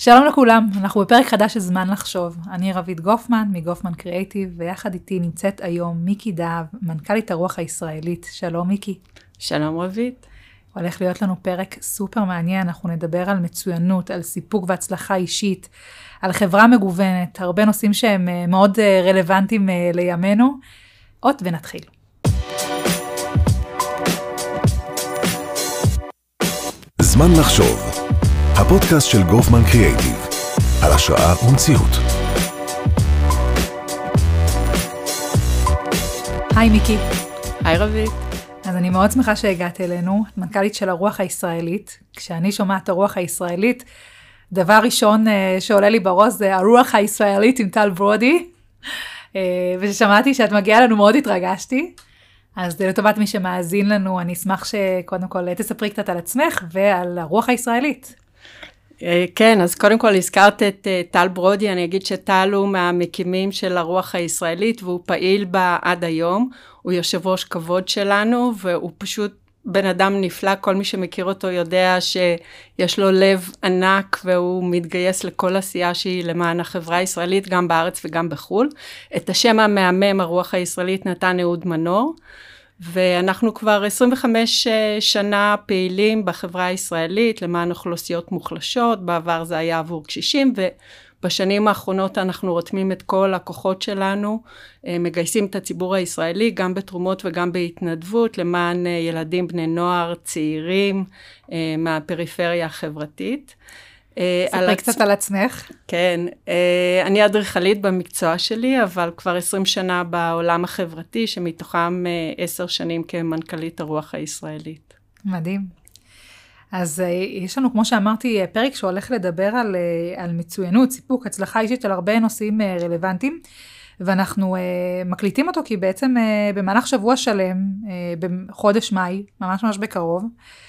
שלום לכולם, אנחנו בפרק חדש של זמן לחשוב. אני רבית גופמן מגופמן קריאייטיב, ויחד איתי נמצאת היום מיקי דהב, מנכ"לית הרוח הישראלית. שלום מיקי. שלום רבית. הולך להיות לנו פרק סופר מעניין, אנחנו נדבר על מצוינות, על סיפוק והצלחה אישית, על חברה מגוונת, הרבה נושאים שהם מאוד רלוונטיים לימינו. עוד ונתחיל. זמן לחשוב, הפודקאסט של גופמן קריאייטיב, על השראה ומציאות. היי מיקי. היי רבית. אז אני מאוד שמחה שהגעת אלינו, מנכ"לית של הרוח הישראלית. כשאני שומעת הרוח הישראלית, דבר ראשון שעולה לי בראש זה הרוח הישראלית עם טל ברודי, וששמעתי שאת מגיעה לנו מאוד התרגשתי. אז לטובת מי שמאזין לנו, אני אשמח שקודם כל תספרי קצת על עצמך ועל הרוח הישראלית. כן, אז קודם כל הזכרת את טל ברודי, אני אגיד שטל הוא מהמקימים של הרוח הישראלית, והוא פעיל בה עד היום, הוא יושב ראש כבוד שלנו, והוא פשוט בן אדם נפלא, כל מי שמכיר אותו יודע שיש לו לב ענק, והוא מתגייס לכל עשייה שהיא למען החברה הישראלית, גם בארץ וגם בחו"ל. את השם המהמם, הרוח הישראלית, נתן אהוד מנור, ואנחנו כבר 25 שנה פעילים בחברה הישראלית, למען אוכלוסיות מוחלשות, בעבר זה היה עבור קשישים, ובשנים האחרונות אנחנו רותמים את כל הכוחות שלנו, מגייסים את הציבור הישראלי, גם בתרומות וגם בהתנדבות, למען ילדים, בני נוער, צעירים, מהפריפריה החברתית. ספרי קצת על עצמך. כן, אני אדריכלית במקצוע שלי, אבל כבר 20 שנה בעולם החברתי, שמתוכם 10 שנים כמנכ"לית הרוח הישראלית. מדהים. אז יש לנו, כמו שאמרתי, פרק שהולך לדבר על מצוינות, סיפוק, הצלחה אישית של הרבה נושאים רלוונטיים, ואנחנו מקליטים אותו כי בעצם במהלך שבוע שלם, בחודש מאי, ממש בקרוב,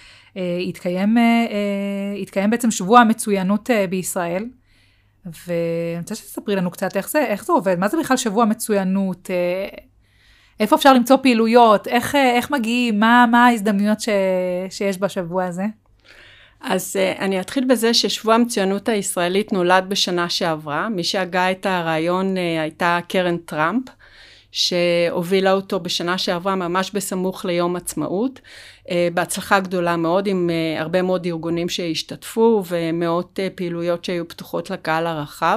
התקיים בעצם שבוע המצוינות בישראל, ואני רוצה שתספרי לנו קצת איך זה עובד, מה זה בכלל שבוע מצוינות, איפה אפשר למצוא פעילויות, איך מגיעים, מה ההזדמנויות שיש בשבוע הזה? אז אני אתחיל בזה ששבוע המצוינות הישראלית נולד בשנה שעברה, מי שהגה את הרעיון הייתה קרן טראמפ, שהובילה אותו בשנה שעברה ממש בסמוך ליום עצמאות, בהצלחה גדולה מאוד עם הרבה מאוד ארגונים שהשתתפו ומאות פעילויות שהיו פתוחות לקהל הרחב,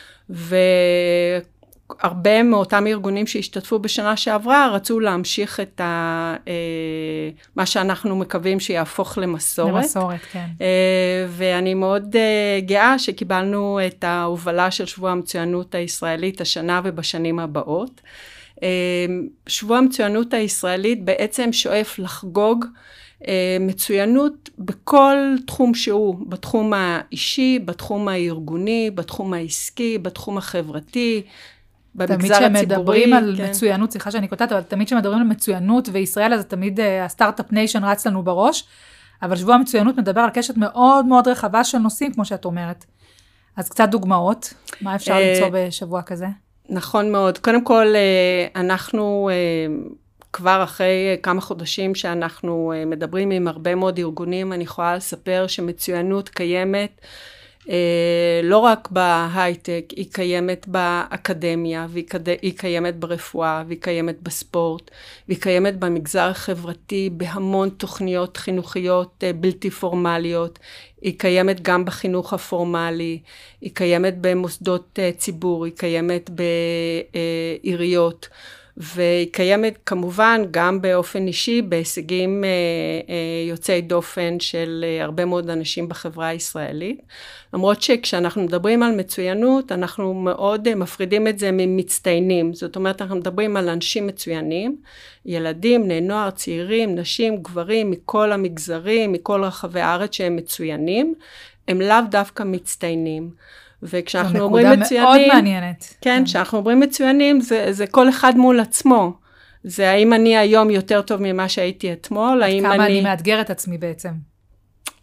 והרבה מאותם ארגונים שהשתתפו בשנה שעברה רצו להמשיך את מה שאנחנו מקווים שיהפוך למסורת. למסורת, כן. ואני מאוד גאה שקיבלנו את ההובלה של שבוע המצוינות הישראלית השנה ובשנים הבאות. שבוע המצוינות הישראלית בעצם שואף לחגוג מצוינות בכל תחום שהוא, בתחום האישי, בתחום הארגוני, בתחום העסקי, בתחום החברתי, במגזר הציבורי. תמיד שמדברים על מצוינות, סליחה שאני קוטעת, אבל תמיד שמדברים על מצוינות וישראל, אז תמיד הסטארט-אפ ניישן רץ לנו בראש, אבל שבוע המצוינות מדבר על קשת מאוד מאוד רחבה של נושאים, כמו שאת אומרת. אז קצת דוגמאות, מה אפשר למצוא בשבוע כזה? נכון מאוד. קודם כל, אנחנו כבר אחרי כמה חודשים שאנחנו מדברים עם הרבה מאוד ארגונים, אני יכולה לספר שמצוינות קיימת, לא רק בהייטק, היא קיימת באקדמיה, והיא קיימת ברפואה, והיא קיימת בספורט, והיא קיימת במגזר החברתי, בהמון תוכניות חינוכיות בלתי פורמליות, היא קיימת גם בחינוך הפורמלי, היא קיימת במוסדות ציבור, היא קיימת בעיריות, והיא קיימת כמובן גם באופן אישי בהישגים יוצאי דופן של הרבה מאוד אנשים בחברה הישראלית. למרות שכשאנחנו מדברים על מצוינות, אנחנו מאוד מפרידים את זה ממצטיינים. זאת אומרת, אנחנו מדברים על אנשים מצוינים, ילדים, בני נוער, צעירים, נשים, גברים, מכל המגזרים, מכל רחבי הארץ שהם מצוינים, הם לאו דווקא מצטיינים. וכשאנחנו אומרים מצוינים, מאוד מעניינת. כן, כשאנחנו אומרים מצוינים, זה כל אחד מול עצמו. זה האם אני היום יותר טוב ממה שהייתי אתמול, האם כמה אני מאתגר את עצמי בעצם.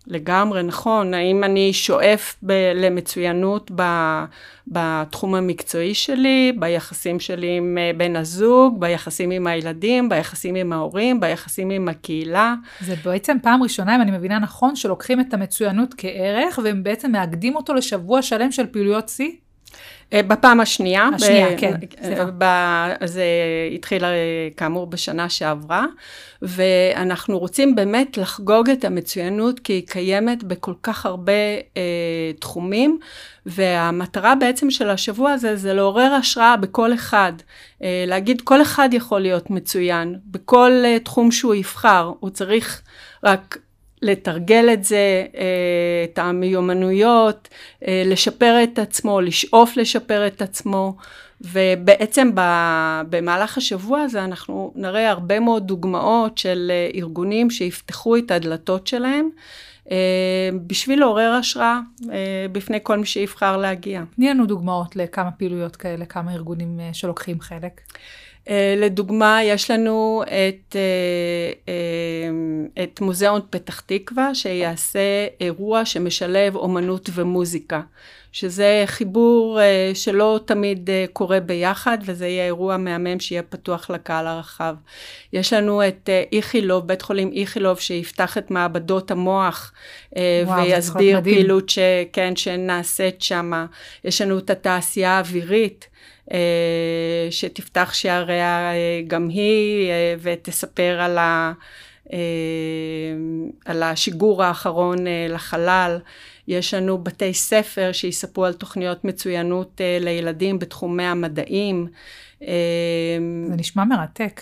לגמרי, נכון. האם אני שואף למצוינות בתחום המקצועי שלי, ביחסים שלי עם בן הזוג, ביחסים עם הילדים, ביחסים עם ההורים, ביחסים עם הקהילה. זה בעצם פעם ראשונה, אם אני מבינה נכון, שלוקחים את המצוינות כערך, והם בעצם מאגדים אותו לשבוע שלם של פעילויות C? בפעם השנייה. כן. זה התחיל כאמור בשנה שעברה, ואנחנו רוצים באמת לחגוג את המצוינות, כי היא קיימת בכל כך הרבה תחומים, והמטרה בעצם של השבוע הזה, זה לעורר השראה בכל אחד, להגיד כל אחד יכול להיות מצוין, בכל תחום שהוא יבחר, הוא צריך רק לתרגל את זה, את המיומנויות, לשפר את עצמו, לשאוף לשפר את עצמו, ובעצם במהלך השבוע הזה אנחנו נראה הרבה מאוד דוגמאות של ארגונים שיפתחו את הדלתות שלהם, בשביל לעורר השראה בפני כל מי שיבחר להגיע. תני לנו דוגמאות לכמה פעילויות כאלה, כמה ארגונים שלוקחים חלק. לדוגמה, יש לנו את מוזיאון פתח תקווה, שיעשה אירוע שמשלב אומנות ומוזיקה, שזה חיבור שלא תמיד קורה ביחד, וזה יהיה אירוע מהמם שיהיה פתוח לקהל הרחב. יש לנו את איכילוב, בית חולים איכילוב, שיפתח את מעבדות המוח, ויסביר פעילות שנעשית שם. יש לנו את התעשייה האווירית, שתפתח שעריה גם היא, ותספר על השיגור האחרון לחלל. יש לנו בתי ספר שיספרו על תוכניות מצוינות לילדים בתחומי המדעים. זה נשמע מרתק.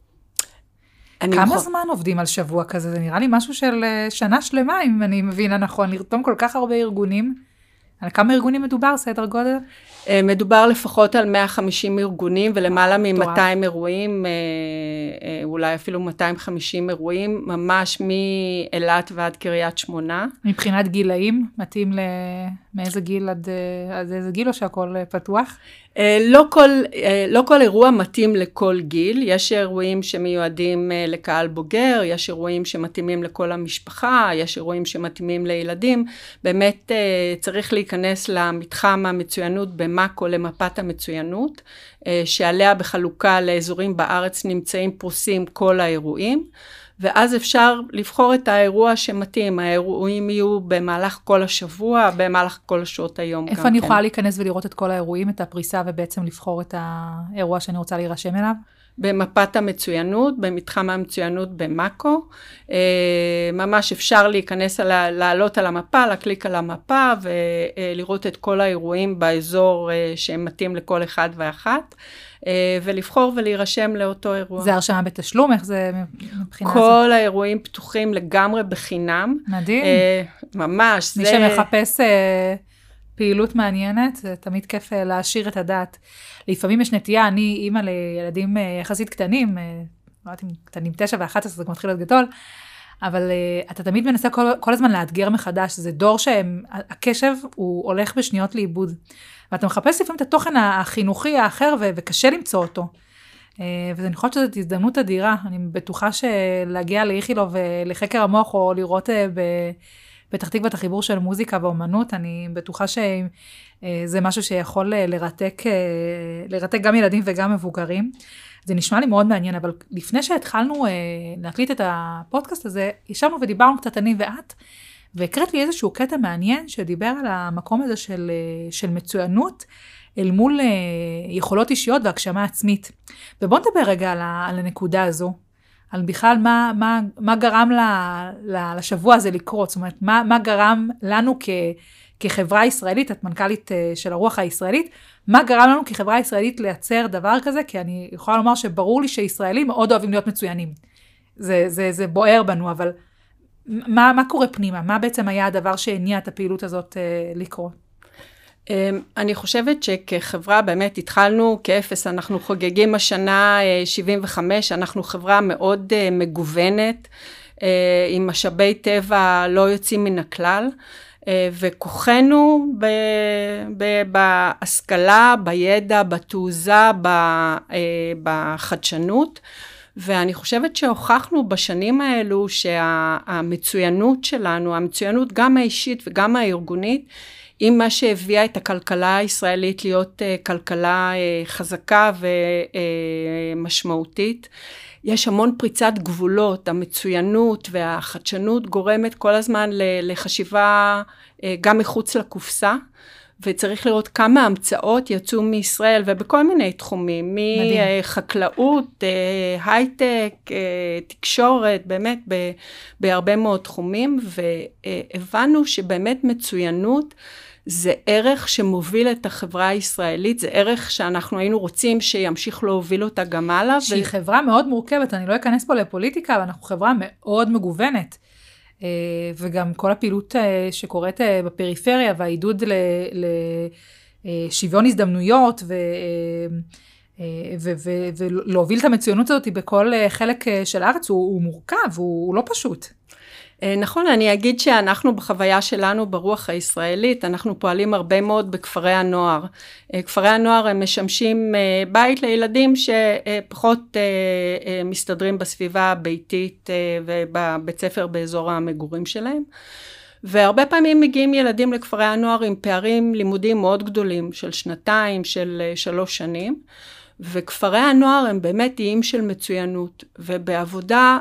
כמה זמן עובדים על שבוע כזה? זה נראה לי משהו של שנה שלמה, אם אני מבינה נכון, לרתום כל כך הרבה ארגונים. על כמה ארגונים מדובר, סדר גודל? מדובר לפחות על 150 ארגונים, ולמעלה מ-200 אירועים, אולי אפילו 250 אירועים, ממש מאילת ועד קריית שמונה. מבחינת גילאים, מתאים מאיזה גיל עד איזה גיל, או שהכל פתוח? לא כל אירוע מתאים לכל גיל, יש אירועים שמיועדים לקהל בוגר, יש אירועים שמתאימים לכל המשפחה, יש אירועים שמתאימים לילדים, באמת צריך להיכנס למתחם המצוינות במאקו, למפת המצוינות, שעליה בחלוקה לאזורים בארץ נמצאים פרוסים כל האירועים, ואז אפשר לבחור את האירוע שמתאים. האירועים יהיו במהלך כל השבוע, במהלך כל שעות היום. איפה אני יכולה להיכנס ולראות את כל האירועים, את הפריסה, ובעצם לבחור את האירוע שאני רוצה להירשם אליו? במפת המצוינות, במתחם המצוינות במאקו. ממש אפשר להיכנס, לעלות על המפה, להקליק על המפה, ולראות את כל האירועים באזור שמתאים לכל אחד ואחת. ולבחור ולהירשם לאותו אירוע. זה הרשמה בתשלום? איך זה מבחינה הזאת? כל האירועים פתוחים לגמרי בחינם. מדהים. ממש. מי שמחפש פעילות מעניינת, זה תמיד כיף להשאיר את הדעת. לפעמים יש נטייה, אני אימא לילדים יחסית קטנים, לא יודעת אם קטנים 9 ו-11, זה כבר מתחיל להיות גדול, אבל אתה תמיד מנסה כל הזמן לאתגר מחדש, זה דור שהקשב הוא הולך בשניות לאיבוד. ואתה מחפש לפעמים את התוכן החינוכי האחר, וקשה למצוא אותו. ואני חושבת שזאת הזדמנות אדירה. אני בטוחה שלהגיע לאיכילוב ולחקר המוח, או לראות בפתח תקווה את החיבור של מוזיקה ואומנות, אני בטוחה שזה משהו שיכול לרתק גם ילדים וגם מבוגרים. זה נשמע לי מאוד מעניין, אבל לפני שהתחלנו להקליט את הפודקאסט הזה, ישבנו ודיברנו קצת אני ואת, והקראת לי איזשהו קטע מעניין שדיבר על המקום הזה של מצוינות, אל מול יכולות אישיות והגשמה עצמית. ובוא נדבר רגע על הנקודה הזו, על בכלל מה גרם לשבוע הזה לקרות, זאת אומרת, מה גרם לנו כחברה ישראלית, את מנכ"לית של הרוח הישראלית, מה גרם לנו כחברה ישראלית לייצר דבר כזה, כי אני יכולה לומר שברור לי שישראלים מאוד אוהבים להיות מצוינים. זה בוער בנו, אבל מה קורה פנימה? מה בעצם היה הדבר שהניע את הפעילות הזאת לקרות? אני חושבת שכחברה באמת התחלנו כאפס, אנחנו חוגגים השנה 75, אנחנו חברה מאוד מגוונת, עם משאבי טבע לא יוצאים מן הכלל, וכוחנו בהשכלה, בידע, בתעוזה, בחדשנות, ואני חושבת שהוכחנו בשנים האלו שהמצוינות שלנו, המצוינות גם האישית וגם הארגונית, עם מה שהביאה את הכלכלה הישראלית להיות כלכלה חזקה ומשמעותית. יש המון פריצת גבולות, המצוינות והחדשנות גורמת כל הזמן לחשיבה גם מחוץ לקופסה, וצריך לראות כמה המצאות יצאו מישראל ובכל מיני תחומים, מחקלאות, הייטק, תקשורת, באמת בהרבה מאוד תחומים, והבנו שבאמת מצוינות זה ערך שמוביל את החברה הישראלית, זה ערך שאנחנו היינו רוצים שימשיך להוביל אותה גם הלאה. שהיא חברה מאוד מורכבת, אני לא אכנס פה לפוליטיקה, אבל אנחנו חברה מאוד מגוונת. וגם כל הפעילות שקורית בפריפריה, והעידוד לשוויון הזדמנויות, ולהוביל את המצוינות הזאת בכל חלק של הארץ, הוא מורכב, הוא לא פשוט. נכון, אני אגיד שאנחנו בחוויה שלנו ברוח הישראלית, אנחנו פועלים הרבה מאוד בכפרי הנוער. כפרי הנוער הם משמשים בית לילדים שפחות מסתדרים בסביבה הביתית ובבית ספר באזור המגורים שלהם. והרבה פעמים מגיעים ילדים לכפרי הנוער עם פערים לימודיים מאוד גדולים, של 2 של 3 שנים. וכפרי הנוער הם באמת איים של מצוינות, ובעבודה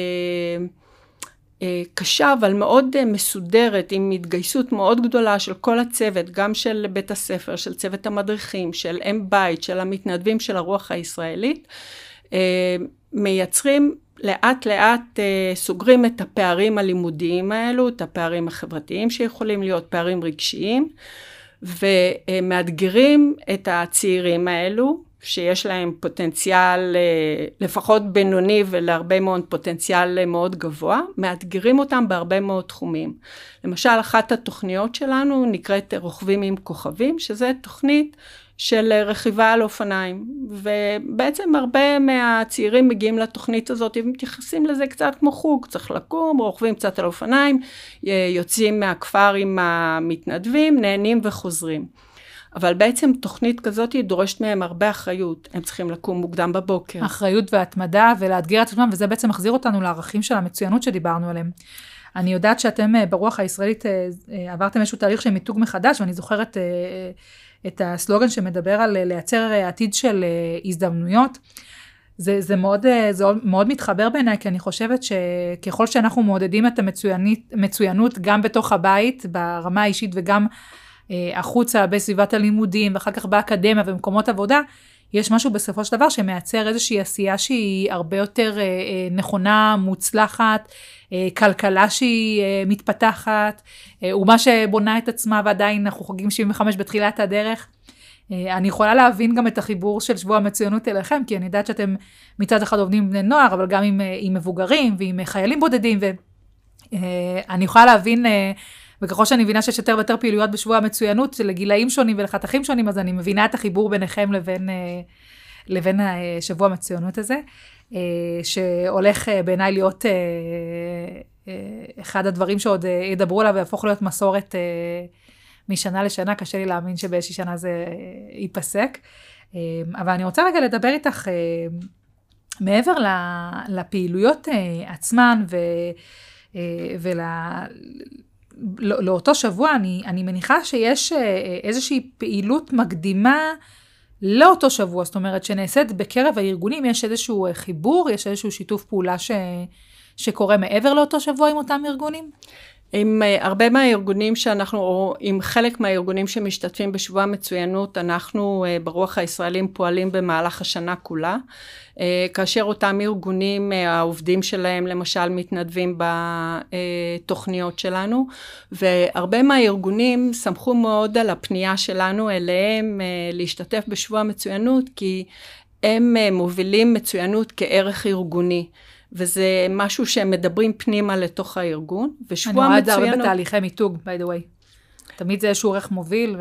קשה, אבל מאוד מסודרת, עם התגייסות מאוד גדולה של כל הצוות, גם של בית הספר, של צוות המדריכים, של אם בית, של המתנדבים של הרוח הישראלית, מייצרים לאט לאט, סוגרים את הפערים הלימודיים האלו, את הפערים החברתיים שיכולים להיות פערים רגשיים, ומאתגרים את הצעירים האלו, שיש להם פוטנציאל לפחות בינוני ולהרבה מאוד פוטנציאל מאוד גבוה, מאתגרים אותם בהרבה מאוד תחומים. למשל, אחת התוכניות שלנו נקראת רוכבים עם כוכבים, שזה תוכנית של רכיבה על אופניים, ובעצם הרבה מהצעירים מגיעים לתוכנית הזאת, ומתייחסים לזה קצת כמו חוג, צריך לקום, רוכבים קצת על אופניים, יוצאים מהכפר עם המתנדבים, נהנים וחוזרים. אבל בעצם תוכנית כזאת היא דורשת מהם הרבה אחריות. הם צריכים לקום מוקדם בבוקר. אחריות והתמדה ולאתגר את עצמם, וזה בעצם מחזיר אותנו לערכים של המצוינות שדיברנו עליהם. אני יודעת שאתם ברוח הישראלית עברתם איזשהו תהליך של מיתוג מחדש, ואני זוכרת את הסלוגן שמדבר על לייצר עתיד של הזדמנויות. זה מאוד מתחבר בעיניי, כי אני חושבת שככל שאנחנו מעודדים את המצוינות גם בתוך הבית, ברמה האישית וגם החוצה בסביבת הלימודים, ואחר כך באקדמיה ומקומות עבודה, יש משהו בסופו של דבר שמייצר איזושהי עשייה שהיא הרבה יותר נכונה, מוצלחת, כלכלה שהיא מתפתחת, ומה שבונה את עצמה, ועדיין אנחנו חוגגים 75 בתחילת הדרך. אני יכולה להבין גם את החיבור של שבוע המצוינות אליכם, כי אני יודעת שאתם מצד אחד עובדים עם בני נוער, אבל גם עם מבוגרים ועם חיילים בודדים, ואני יכולה להבין, וככל שאני מבינה שיש יותר ויותר פעילויות בשבוע המצוינות, לגילאים שונים ולחתכים שונים, אז אני מבינה את החיבור ביניכם לבין שבוע המצוינות הזה, שהולך בעיניי להיות אחד הדברים שעוד ידברו עליו, ויהפוך להיות מסורת משנה לשנה. קשה לי להאמין שבאיזושהי שנה זה ייפסק. אבל אני רוצה רגע לדבר איתך מעבר לפעילויות עצמן, לאותו שבוע, אני מניחה שיש איזושהי פעילות מקדימה לאותו שבוע, זאת אומרת שנעשית בקרב הארגונים, יש איזשהו חיבור, יש איזשהו שיתוף פעולה שקורה מעבר לאותו שבוע עם אותם ארגונים? עם הרבה מהארגונים שאנחנו, עם חלק מהארגונים שמשתתפים בשבוע המצוינות, אנחנו ברוח הישראלים פועלים במהלך השנה כולה, כאשר אותם ארגונים, העובדים שלהם למשל מתנדבים בתוכניות שלנו, והרבה מהארגונים שמחו מאוד על הפנייה שלנו אליהם להשתתף בשבוע המצוינות, כי הם מובילים מצוינות כערך ארגוני. וזה משהו שהם מדברים פנימה לתוך הארגון, ושבוע מצוינות. אני רואה את זה הרבה בתהליכי מיתוג, by the way. תמיד זה איזשהו ערך מוביל.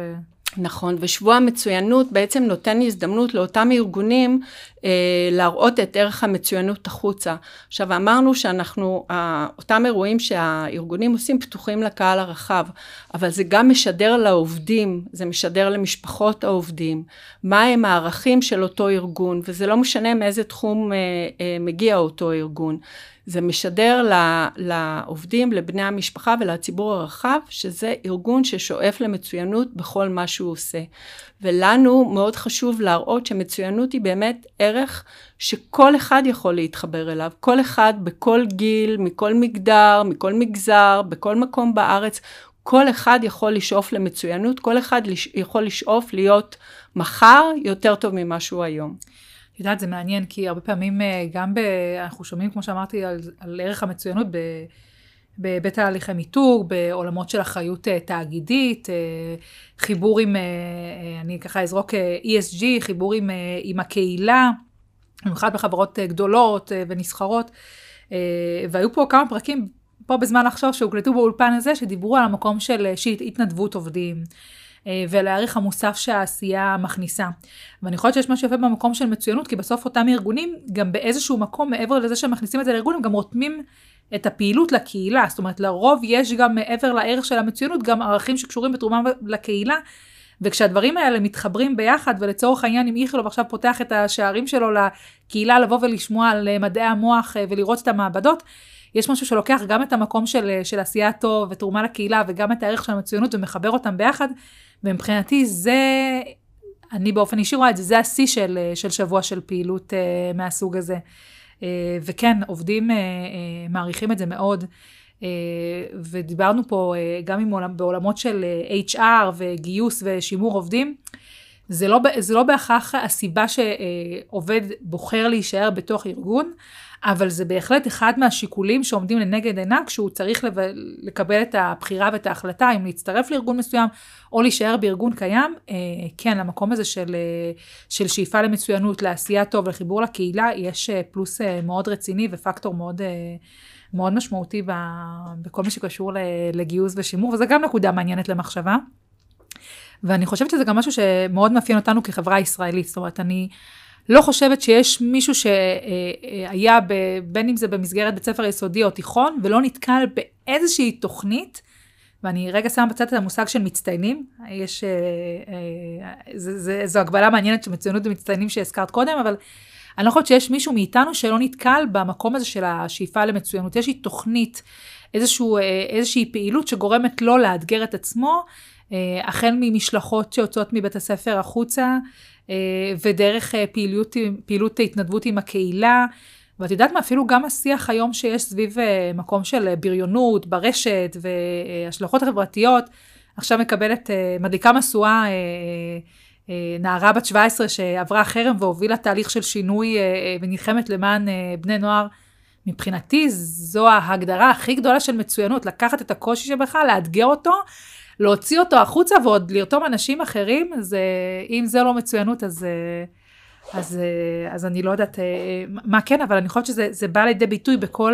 נכון, ושבוע המצוינות בעצם נותן הזדמנות לאותם ארגונים להראות את ערך המצוינות החוצה. עכשיו אמרנו שאנחנו, אותם אירועים שהארגונים עושים פתוחים לקהל הרחב, אבל זה גם משדר לעובדים, זה משדר למשפחות העובדים, מה הם הערכים של אותו ארגון, וזה לא משנה מאיזה תחום מגיע אותו ארגון. זה משדר לעובדים, לבני המשפחה ולציבור הרחב, שזה ארגון ששואף למצוינות בכל מה שהוא עושה. ולנו מאוד חשוב להראות שמצוינות היא באמת ערך שכל אחד יכול להתחבר אליו. כל אחד בכל גיל, מכל מגדר, מכל מגזר, בכל מקום בארץ, כל אחד יכול לשאוף למצוינות, כל אחד יכול לשאוף להיות מחר יותר טוב ממה שהוא היום. יודעת, זה מעניין, כי הרבה פעמים גם אנחנו שומעים, כמו שאמרתי, על ערך המצוינות בבית תהליכי מיתוג, בעולמות של אחריות תאגידית, חיבור עם, אני ככה אזרוק ESG, חיבור עם הקהילה, במיוחד בחברות גדולות ונסחרות, והיו פה כמה פרקים, פה בזמן לחשוב, שהוקלטו באולפן הזה, שדיברו על המקום של התנדבות עובדים, ולערך המוסף שהעשייה מכניסה. ואני חושבת שיש משהו יפה במקום של מצוינות, כי בסוף אותם ארגונים, גם באיזשהו מקום, מעבר לזה שהם מכניסים את זה לארגון, הם גם רותמים את הפעילות לקהילה. זאת אומרת, לרוב יש גם מעבר לערך של המצוינות, גם ערכים שקשורים בתרומה לקהילה, וכשהדברים האלה מתחברים ביחד, ולצורך העניין, אם איכילוב עכשיו פותח את השערים שלו לקהילה, לבוא ולשמוע על מדעי המוח ולראות את המעבדות, יש משהו שלוקח גם את המקום של עשייה טוב ותרומה לקהילה, וגם את הערך של המצוינות, ומחבר אותם ביחד, ומבחינתי זה, אני באופן אישי רואה את זה, זה השיא של שבוע של פעילות מהסוג הזה. וכן, עובדים מעריכים את זה מאוד, ודיברנו פה גם בעולמות של HR וגיוס ושימור עובדים, זה לא בהכרח הסיבה שעובד בוחר להישאר בתוך ארגון, אבל זה בהחלט אחד מהשיקולים שעומדים לנגד עיניו, כשהוא צריך לקבל את הבחירה ואת ההחלטה, אם להצטרף לארגון מסוים, או להישאר בארגון קיים, כן, למקום הזה של שאיפה למצוינות, לעשייה טוב, לחיבור לקהילה, יש פלוס מאוד רציני, ופקטור מאוד, מאוד משמעותי בכל מה שקשור לגיוס ושימור, וזה גם נקודה מעניינת למחשבה. ואני חושבת שזה גם משהו שמאוד מאפיין אותנו כחברה ישראלית, זאת אומרת, אני לא חושבת שיש מישהו שהיה, בין אם זה במסגרת בית ספר יסודי או תיכון, ולא נתקל באיזושהי תוכנית, ואני רגע שם בצד את המושג של מצטיינים, זו הגבלה מעניינת של מצוינות ומצטיינים שהזכרת קודם, אבל אני לא חושבת שיש מישהו מאיתנו שלא נתקל במקום הזה של השאיפה למצוינות, יש תוכנית, איזושהי פעילות שגורמת לו לאתגר את עצמו, החל ממשלחות שיוצאות מבית הספר החוצה, ודרך פעילות התנדבות עם הקהילה, ואת יודעת מה, אפילו גם השיח היום שיש סביב מקום של בריונות, ברשת, והשלכות חברתיות, עכשיו מקבלת מדליקה משואה, נערה בת 17 שעברה חרם והובילה תהליך של שינוי, ונלחמת למען בני נוער. מבחינתי זו ההגדרה הכי גדולה של מצוינות, לקחת את הקושי שבך, לאתגר אותו, להוציא אותו החוצה ועוד לרתום אנשים אחרים, אם זה לא מצוינות, אז אני לא יודעת מה כן, אבל אני חושבת שזה בא לידי ביטוי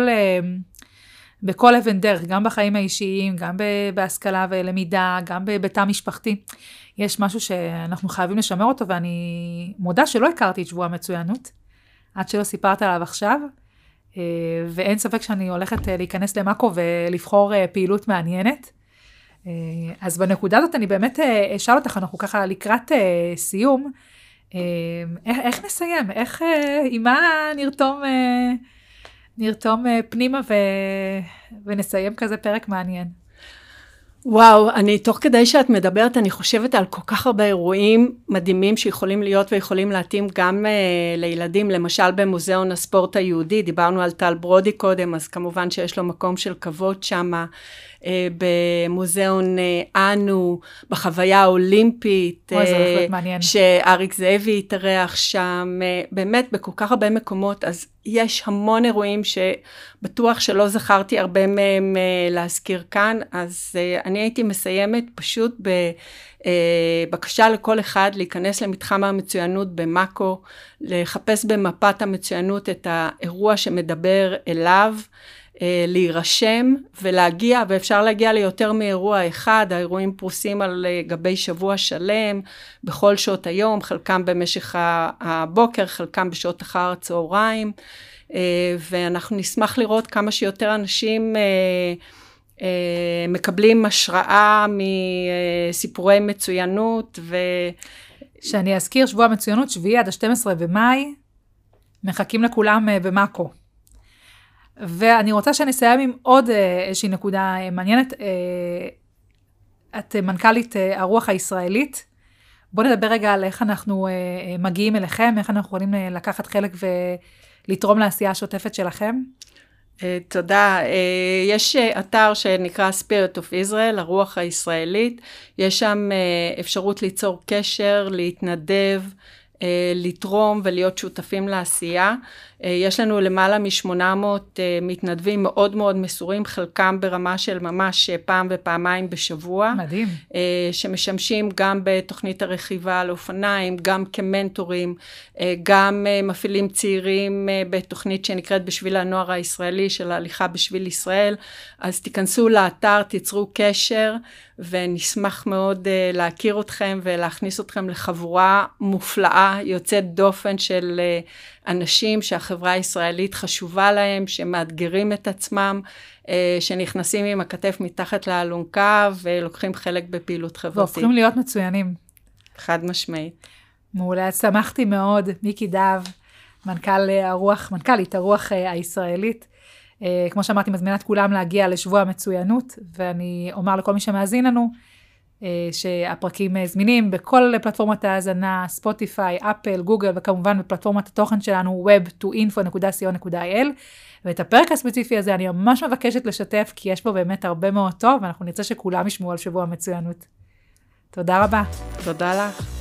בכל אבן דרך, גם בחיים האישיים, גם בהשכלה ולמידה, גם בביתה משפחתי. יש משהו שאנחנו חייבים לשמר אותו, ואני מודה שלא הכרתי את שבוע המצוינות, עד שלא סיפרת עליו עכשיו, ואין ספק שאני הולכת להיכנס למאקו ולבחור פעילות מעניינת. אז בנקודה הזאת אני באמת אשאל אותך, אנחנו ככה לקראת סיום, איך נסיים? עם מה נרתום פנימה ונסיים כזה פרק מעניין? וואו, תוך כדי שאת מדברת, אני חושבת על כל כך הרבה אירועים מדהימים שיכולים להיות ויכולים להתאים גם לילדים, למשל במוזיאון הספורט היהודי, דיברנו על טל ברודי קודם, אז כמובן שיש לו מקום של כבוד שמה, במוזיאון אנו, בחוויה האולימפית, שאריק זאבי התארח שם, באמת בכל כך הרבה מקומות, אז יש המון אירועים שבטוח שלא זכרתי הרבה מהם להזכיר כאן, אז אני הייתי מסיימת פשוט בבקשה לכל אחד להיכנס למתחם המצוינות במאקו, לחפש במפת המצוינות את האירוע שמדבר אליו, להירשם ולהגיע, ואפשר להגיע ליותר מאירוע אחד, האירועים פרוסים על גבי שבוע שלם, בכל שעות היום, חלקם במשך הבוקר, חלקם בשעות אחר הצהריים, ואנחנו נשמח לראות כמה שיותר אנשים מקבלים השראה מסיפורי מצוינות. שאני אזכיר, שבוע מצוינות, 7 עד 12 במאי, מחכים לכולם במאקו. ואני רוצה שנסיים עם עוד איזושהי נקודה מעניינת. את מנכ"לית הרוח הישראלית. בואו נדבר רגע על איך אנחנו מגיעים אליכם, איך אנחנו יכולים לקחת חלק ולתרום לעשייה השוטפת שלכם. תודה. יש אתר שנקרא Spirit of Israel, הרוח הישראלית. יש שם אפשרות ליצור קשר, להתנדב, לתרום ולהיות שותפים לעשייה. יש לנו למעלה מ-800 מתנדבים מאוד מאוד מסורים, חלקם ברמה של ממש פעם ופעמיים בשבוע. מדהים. שמשמשים גם בתוכנית הרכיבה על אופניים, גם כמנטורים, גם מפעילים צעירים בתוכנית שנקראת בשביל הנוער הישראלי של ההליכה בשביל ישראל. אז תיכנסו לאתר, תיצרו קשר, ונשמח מאוד להכיר אתכם ולהכניס אתכם לחבורה מופלאה, יוצאת דופן של אנשים שהחברה הישראלית חשובה להם, שמאתגרים את עצמם, שנכנסים עם הכתף מתחת לאלונקה ולוקחים חלק בפעילות חברתית. והופכים להיות מצוינים. חד משמעית. מעולה, שמחתי מאוד, מיקי דב, מנכ"לית הרוח הישראלית. כמו שאמרתי, מזמינת כולם להגיע לשבוע המצוינות, ואני אומר לכל מי שמאזין לנו, שהפרקים זמינים בכל פלטפורמת ההאזנה, ספוטיפיי, אפל, גוגל, וכמובן בפלטפורמת התוכן שלנו, web2info.co.il, ואת הפרק הספציפי הזה אני ממש מבקשת לשתף, כי יש בו באמת הרבה מאוד טוב, ואנחנו נרצה שכולם ישמעו על שבוע המצוינות. תודה רבה. תודה לך.